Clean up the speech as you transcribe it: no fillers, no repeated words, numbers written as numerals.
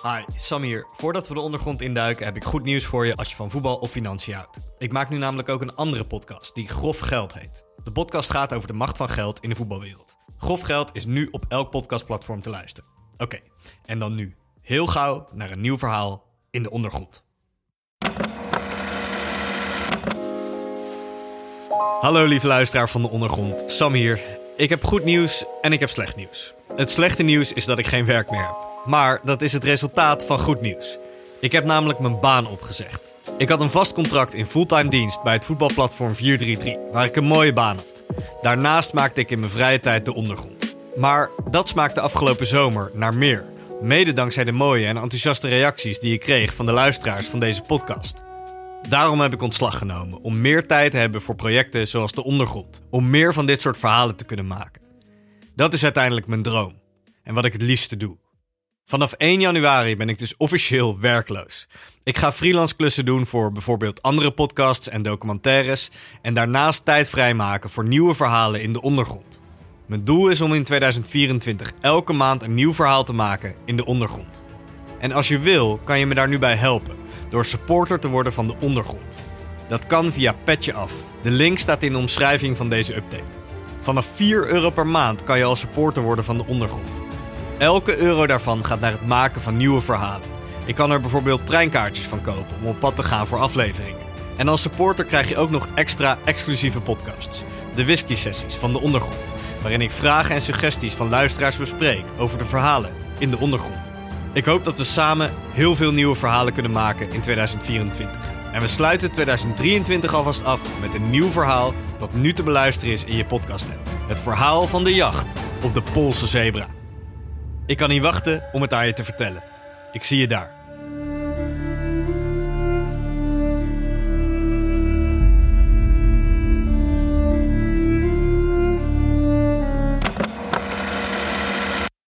Hi, Sam hier. Voordat we de ondergrond induiken heb ik goed nieuws voor je als je van voetbal of financiën houdt. Ik maak nu namelijk ook een andere podcast die Grof Geld heet. De podcast gaat over de macht van geld in de voetbalwereld. Grof Geld is nu op elk podcastplatform te luisteren. Oké, en dan nu heel gauw naar een nieuw verhaal in de ondergrond. Hallo lieve luisteraar van de ondergrond, Sam hier. Ik heb goed nieuws en ik heb slecht nieuws. Het slechte nieuws is dat ik geen werk meer heb. Maar dat is het resultaat van goed nieuws. Ik heb namelijk mijn baan opgezegd. Ik had een vast contract in fulltime dienst bij het voetbalplatform 433, waar ik een mooie baan had. Daarnaast maakte ik in mijn vrije tijd de ondergrond. Maar dat smaakte afgelopen zomer naar meer. Mede dankzij de mooie en enthousiaste reacties die ik kreeg van de luisteraars van deze podcast. Daarom heb ik ontslag genomen om meer tijd te hebben voor projecten zoals de ondergrond. Om meer van dit soort verhalen te kunnen maken. Dat is uiteindelijk mijn droom. En wat ik het liefste doe. Vanaf 1 januari ben ik dus officieel werkloos. Ik ga freelance klussen doen voor bijvoorbeeld andere podcasts en documentaires. En daarnaast tijd vrijmaken voor nieuwe verhalen in de ondergrond. Mijn doel is om in 2024 elke maand een nieuw verhaal te maken in de ondergrond. En als je wil, kan je me daar nu bij helpen. Door supporter te worden van de ondergrond. Dat kan via Petje Af. De link staat in de omschrijving van deze update. Vanaf €4 per maand kan je al supporter worden van de ondergrond. Elke euro daarvan gaat naar het maken van nieuwe verhalen. Ik kan er bijvoorbeeld treinkaartjes van kopen om op pad te gaan voor afleveringen. En als supporter krijg je ook nog extra exclusieve podcasts. De whisky sessies van de ondergrond. Waarin ik vragen en suggesties van luisteraars bespreek over de verhalen in de ondergrond. Ik hoop dat we samen heel veel nieuwe verhalen kunnen maken in 2024. En we sluiten 2023 alvast af met een nieuw verhaal dat nu te beluisteren is in je podcast-app. Het verhaal van de jacht op de Poolse zebra. Ik kan niet wachten om het aan je te vertellen. Ik zie je daar.